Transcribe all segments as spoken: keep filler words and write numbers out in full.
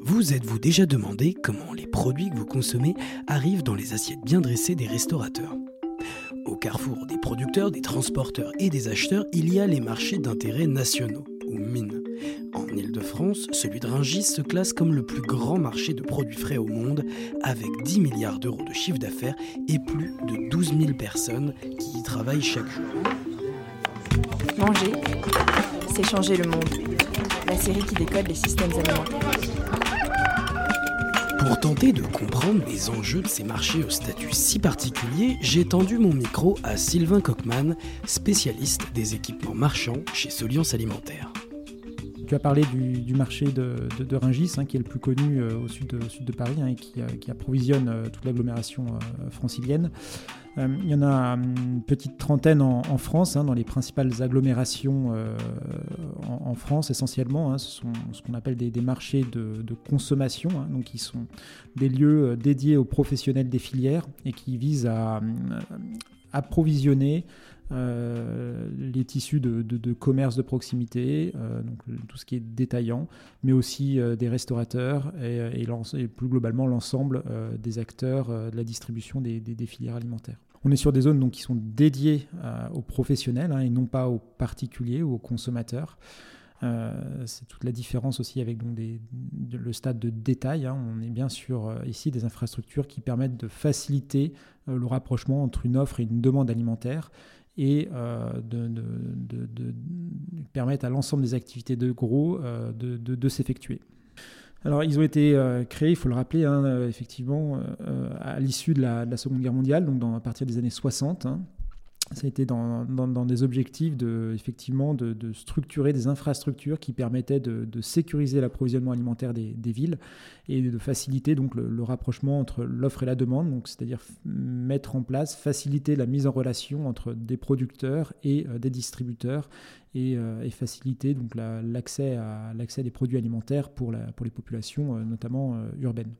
Vous êtes-vous déjà demandé comment les produits que vous consommez arrivent dans les assiettes bien dressées des restaurateurs ? Au carrefour des producteurs, des transporteurs et des acheteurs, il y a les marchés d'intérêt nationaux, ou mines. En Île-de-France, celui de Rungis se classe comme le plus grand marché de produits frais au monde, avec dix milliards d'euros de chiffre d'affaires et plus de douze mille personnes qui y travaillent chaque jour. Manger, c'est changer le monde. La série qui décode les systèmes alimentaires. Pour tenter de comprendre les enjeux de ces marchés au statut si particulier, j'ai tendu mon micro à Sylvain Cockman, spécialiste des équipements marchands chez Soliance Alimentaire. Tu as parlé du, du marché de, de, de Rungis, hein, qui est le plus connu euh, au sud de, sud de Paris, hein, et qui, euh, qui approvisionne euh, toute l'agglomération euh, francilienne. Euh, il y en a une petite trentaine en, en France, hein, dans les principales agglomérations euh, en, en France essentiellement. Hein, ce sont ce qu'on appelle des, des marchés de, de consommation, hein, donc qui sont des lieux dédiés aux professionnels des filières et qui visent à euh, approvisionner Euh, les tissus de, de, de commerce de proximité, euh, donc tout ce qui est détaillant, mais aussi euh, des restaurateurs et, et, et plus globalement l'ensemble euh, des acteurs euh, de la distribution des, des, des filières alimentaires. On est sur des zones donc, qui sont dédiées euh, aux professionnels, hein, et non pas aux particuliers ou aux consommateurs. Euh, c'est toute la différence aussi avec donc, des, de, le stade de détail. Hein. On est bien sur euh, ici des infrastructures qui permettent de faciliter euh, le rapprochement entre une offre et une demande alimentaire, et euh, de, de, de, de, de permettre à l'ensemble des activités de gros euh, de, de, de s'effectuer. Alors, ils ont été euh, créés, il faut le rappeler, hein, euh, effectivement, euh, à l'issue de la, de la Seconde Guerre mondiale, donc dans, à partir des années soixante. Hein. Ça a été dans, dans, dans des objectifs de, effectivement, de, de structurer des infrastructures qui permettaient de, de sécuriser l'approvisionnement alimentaire des, des villes et de faciliter donc, le, le rapprochement entre l'offre et la demande, donc, c'est-à-dire mettre en place, faciliter la mise en relation entre des producteurs et euh, des distributeurs et, euh, et faciliter donc, la, l'accès, à, l'accès à des produits alimentaires pour, la, pour les populations, euh, notamment euh, urbaines.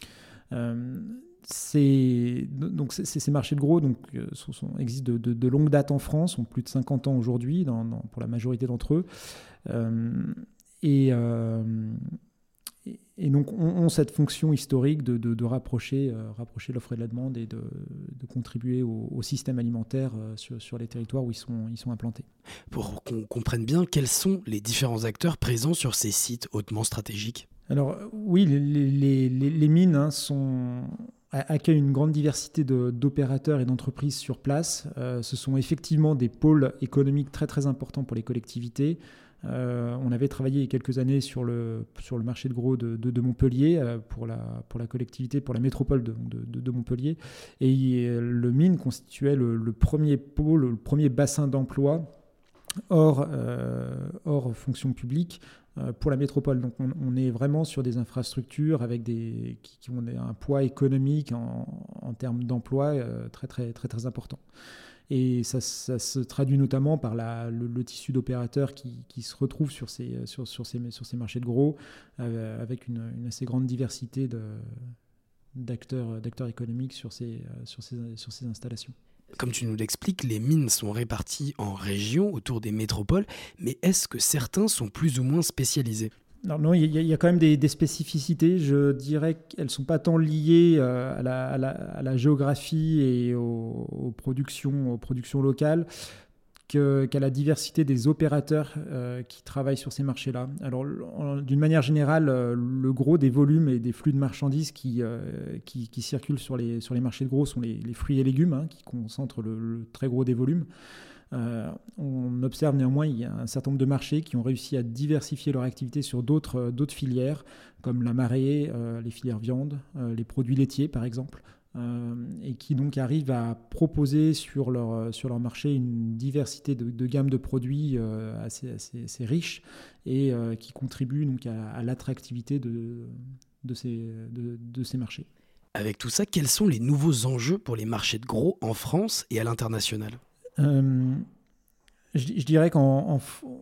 Euh, C'est, donc c'est, c'est ces marchés de gros donc, sont, sont, existent de, de, de longue date en France, ont plus de cinquante ans aujourd'hui dans, dans, pour la majorité d'entre eux. Euh, et, euh, et, et donc ont, ont cette fonction historique de, de, de rapprocher, euh, rapprocher l'offre et la demande et de, de contribuer au, au système alimentaire euh, sur, sur les territoires où ils sont, ils sont implantés. Pour qu'on comprenne bien, quels sont les différents acteurs présents sur ces sites hautement stratégiques ? Alors oui, les, les, les, les mines hein, sont... accueillent une grande diversité de, d'opérateurs et d'entreprises sur place. Euh, ce sont effectivement des pôles économiques très très importants pour les collectivités. Euh, on avait travaillé il y a quelques années sur le, sur le marché de gros de, de, de Montpellier euh, pour, la, pour la collectivité, pour la métropole de, de, de Montpellier. Et le mine constituait le, le premier pôle, le premier bassin d'emploi hors, euh, hors fonction publique pour la métropole. Donc on, on est vraiment sur des infrastructures avec des, qui, qui ont un poids économique en, en termes d'emploi euh, très, très, très, très important. Et ça, ça se traduit notamment par la, le, le tissu d'opérateurs qui, qui se retrouve sur ces, sur, sur, ces, sur ces marchés de gros euh, avec une, une assez grande diversité de, d'acteurs, d'acteurs économiques sur ces, sur ces, sur ces installations. Comme tu nous l'expliques, les mines sont réparties en régions autour des métropoles, mais est-ce que certains sont plus ou moins spécialisés ? Non, non, il y, y a quand même des, des spécificités. Je dirais qu'elles ne sont pas tant liées euh, à, la, à, la, à la géographie et aux, aux, productions, aux productions locales que, qu'à la diversité des opérateurs euh, qui travaillent sur ces marchés-là. Alors, en, d'une manière générale, euh, le gros des volumes et des flux de marchandises qui, euh, qui, qui circulent sur les, sur les marchés de gros sont les, les fruits et légumes, hein, qui concentrent le, le très gros des volumes. Euh, on observe néanmoins il y a un certain nombre de marchés qui ont réussi à diversifier leur activité sur d'autres, d'autres filières, comme la marée, euh, les filières viande, euh, les produits laitiers par exemple, euh, et qui donc arrivent à proposer sur leur, sur leur marché une diversité de, de gammes de produits euh, assez, assez, assez riches et euh, qui contribuent donc à, à l'attractivité de, de, ces, de, de ces marchés. Avec tout ça, quels sont les nouveaux enjeux pour les marchés de gros en France et à l'international ? Euh, je, je dirais qu'en, en,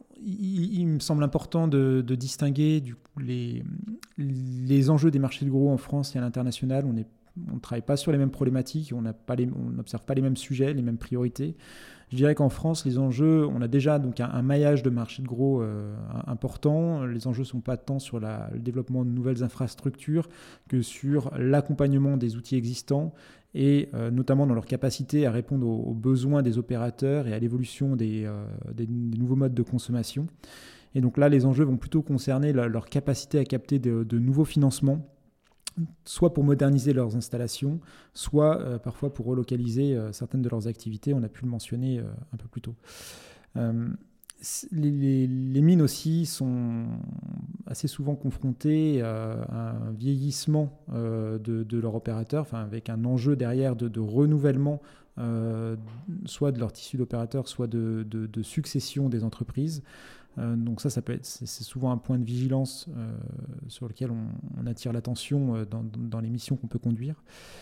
il, il me semble important de, de distinguer du coup, les, les enjeux des marchés de gros en France et à l'international. On est on ne travaille pas sur les mêmes problématiques, on n'observe pas les mêmes sujets, les mêmes priorités. Je dirais qu'en France, les enjeux, on a déjà donc un, un maillage de marché de gros euh, important. Les enjeux ne sont pas tant sur la, le développement de nouvelles infrastructures que sur l'accompagnement des outils existants et euh, notamment dans leur capacité à répondre aux, aux besoins des opérateurs et à l'évolution des, euh, des, des nouveaux modes de consommation. Et donc là, les enjeux vont plutôt concerner la, leur capacité à capter de, de nouveaux financements, soit pour moderniser leurs installations, soit euh, parfois pour relocaliser euh, certaines de leurs activités. On a pu le mentionner euh, un peu plus tôt. Euh, les, les, les mines aussi sont assez souvent confrontées euh, à un vieillissement euh, de, de leurs opérateurs, enfin, avec un enjeu derrière de, de renouvellement euh, soit de leur tissu d'opérateurs, soit de, de, de succession des entreprises. Euh, donc ça, ça peut être, c'est, c'est souvent un point de vigilance euh, sur lequel on, on attire l'attention euh, dans, dans les missions qu'on peut conduire.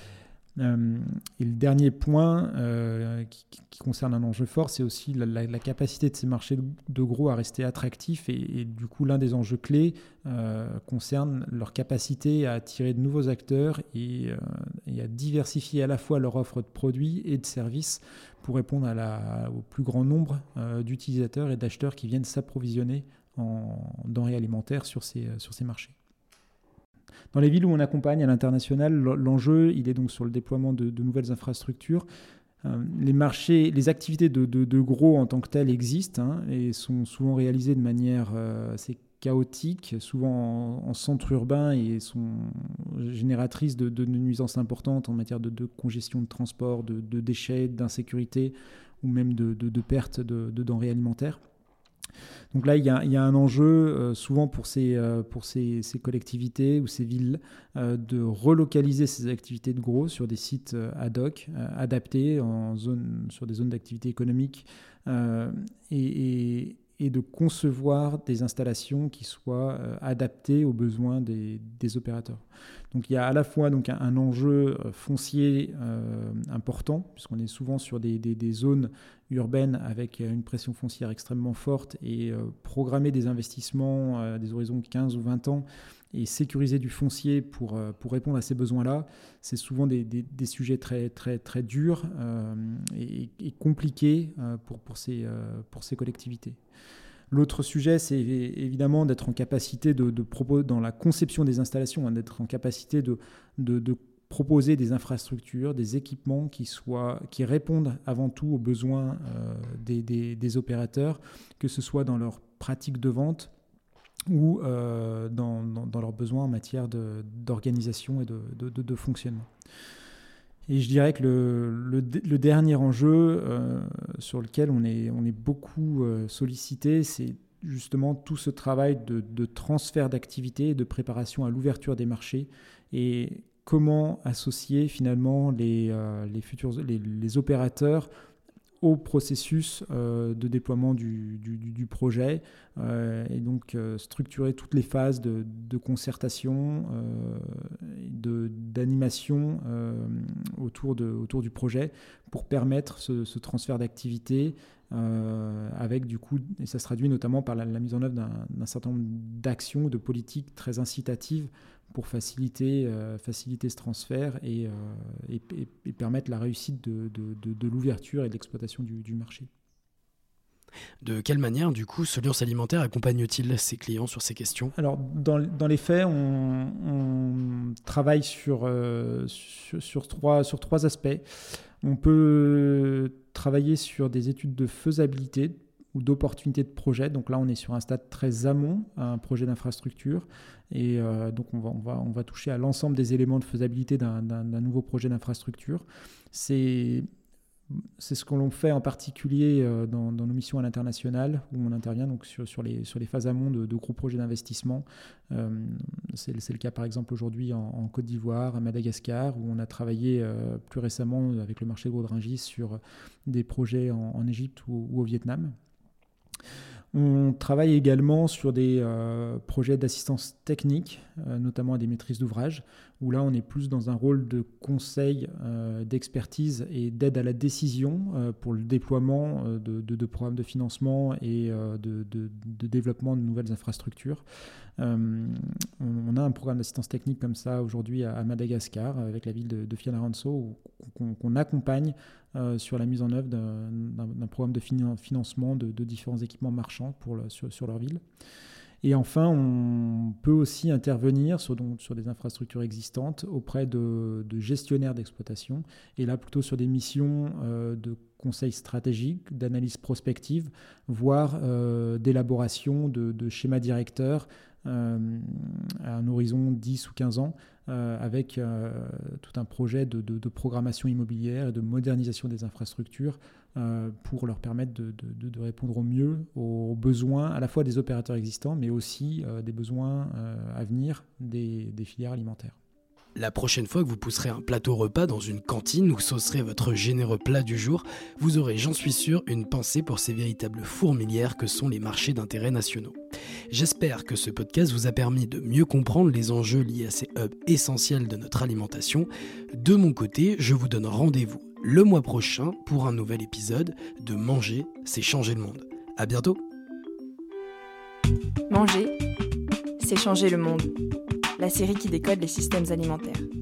Euh, et le dernier point euh, qui, qui concerne un enjeu fort, c'est aussi la, la, la capacité de ces marchés de, de gros à rester attractifs. Et, et du coup, l'un des enjeux clés euh, concerne leur capacité à attirer de nouveaux acteurs et, euh, et à diversifier à la fois leur offre de produits et de services pour répondre à la, au plus grand nombre euh, d'utilisateurs et d'acheteurs qui viennent s'approvisionner en denrées alimentaires sur ces, sur ces marchés. Dans les villes où on accompagne à l'international, l'enjeu, il est donc sur le déploiement de, de nouvelles infrastructures. Euh, les marchés, les activités de, de, de gros en tant que telles existent hein, et sont souvent réalisées de manière euh, assez chaotique, souvent en, en centre urbain et sont génératrices de, de nuisances importantes en matière de, de congestion de transport, de, de déchets, d'insécurité ou même de, de, de perte de, de denrées alimentaires. Donc là, il y a, il y a un enjeu euh, souvent pour, ces, euh, pour ces, ces collectivités ou ces villes euh, de relocaliser ces activités de gros sur des sites euh, ad hoc, euh, adaptés en zone, sur des zones d'activité économique euh, et, et, et de concevoir des installations qui soient euh, adaptées aux besoins des, des opérateurs. Donc il y a à la fois donc, un, un enjeu foncier euh, important, puisqu'on est souvent sur des, des, des zones urbaines avec une pression foncière extrêmement forte et euh, programmer des investissements à des horizons de quinze ou vingt ans et sécuriser du foncier pour, euh, pour répondre à ces besoins-là, c'est souvent des, des, des sujets très, très, très durs euh, et, et compliqués euh, pour, pour, ces, euh, pour ces collectivités. L'autre sujet, c'est évidemment d'être en capacité de, de proposer, dans la conception des installations, hein, d'être en capacité de, de, de proposer des infrastructures, des équipements qui, soient, qui répondent avant tout aux besoins euh, des, des, des opérateurs, que ce soit dans leurs pratiques de vente ou euh, dans, dans, dans leurs besoins en matière de, d'organisation et de, de, de, de fonctionnement. Et je dirais que le, le, le dernier enjeu euh, sur lequel on est, on est beaucoup euh, sollicité, c'est justement tout ce travail de, de transfert d'activité et de préparation à l'ouverture des marchés et comment associer finalement les, euh, les, futurs, les, les opérateurs au processus euh, de déploiement du, du, du projet euh, et donc euh, structurer toutes les phases de, de concertation, euh, de, d'animation euh, autour, de, autour du projet pour permettre ce, ce transfert d'activité euh, avec du coup, et ça se traduit notamment par la, la mise en œuvre d'un, d'un certain nombre d'actions, de politiques très incitatives pour faciliter, euh, faciliter ce transfert et, euh, et, et, et permettre la réussite de, de, de, de l'ouverture et de l'exploitation du, du marché. De quelle manière, du coup, Soliance Alimentaire accompagne-t-il ses clients sur ces questions ? Alors, dans, dans les faits, on, on travaille sur, euh, sur, sur, trois, sur trois aspects. On peut travailler sur des études de faisabilité ou d'opportunités de projet. Donc là, on est sur un stade très amont, un projet d'infrastructure. Et euh, donc, on va, on, va, on va toucher à l'ensemble des éléments de faisabilité d'un, d'un, d'un nouveau projet d'infrastructure. C'est, c'est ce que l'on fait en particulier euh, dans, dans nos missions à l'international, où on intervient donc, sur, sur, les, sur les phases amont de, de gros projets d'investissement. Euh, c'est, c'est le cas, par exemple, aujourd'hui en, en Côte d'Ivoire, à Madagascar, où on a travaillé euh, plus récemment avec le marché de gros de Rungis sur des projets en, en Égypte ou, ou au Vietnam. On travaille également sur des euh, projets d'assistance technique, euh, notamment à des maîtrises d'ouvrage, où là on est plus dans un rôle de conseil, euh, d'expertise et d'aide à la décision euh, pour le déploiement euh, de, de, de programmes de financement et euh, de, de, de développement de nouvelles infrastructures. Euh, on, on a un programme d'assistance technique comme ça aujourd'hui à, à Madagascar, avec la ville de, de Fianarantsoa, où, qu'on, qu'on accompagne euh, sur la mise en œuvre d'un, d'un, d'un programme de finan- financement de, de différents équipements marchands pour le, sur, sur leur ville. Et enfin, on peut aussi intervenir sur, donc, sur des infrastructures existantes auprès de, de gestionnaires d'exploitation, et là plutôt sur des missions euh, de conseil stratégique, d'analyse prospective, voire euh, d'élaboration de, de schémas directeurs euh, à un horizon dix ou quinze ans, euh, avec euh, tout un projet de, de, de programmation immobilière et de modernisation des infrastructures euh, pour leur permettre de, de, de répondre au mieux aux besoins à la fois des opérateurs existants, mais aussi euh, des besoins euh, à venir des, des filières alimentaires. La prochaine fois que vous pousserez un plateau repas dans une cantine ou saucerez votre généreux plat du jour, vous aurez, j'en suis sûr, une pensée pour ces véritables fourmilières que sont les marchés d'intérêt nationaux. J'espère que ce podcast vous a permis de mieux comprendre les enjeux liés à ces hubs essentiels de notre alimentation. De mon côté, je vous donne rendez-vous le mois prochain pour un nouvel épisode de Manger, c'est changer le monde. À bientôt. Manger, c'est changer le monde. La série qui décode les systèmes alimentaires.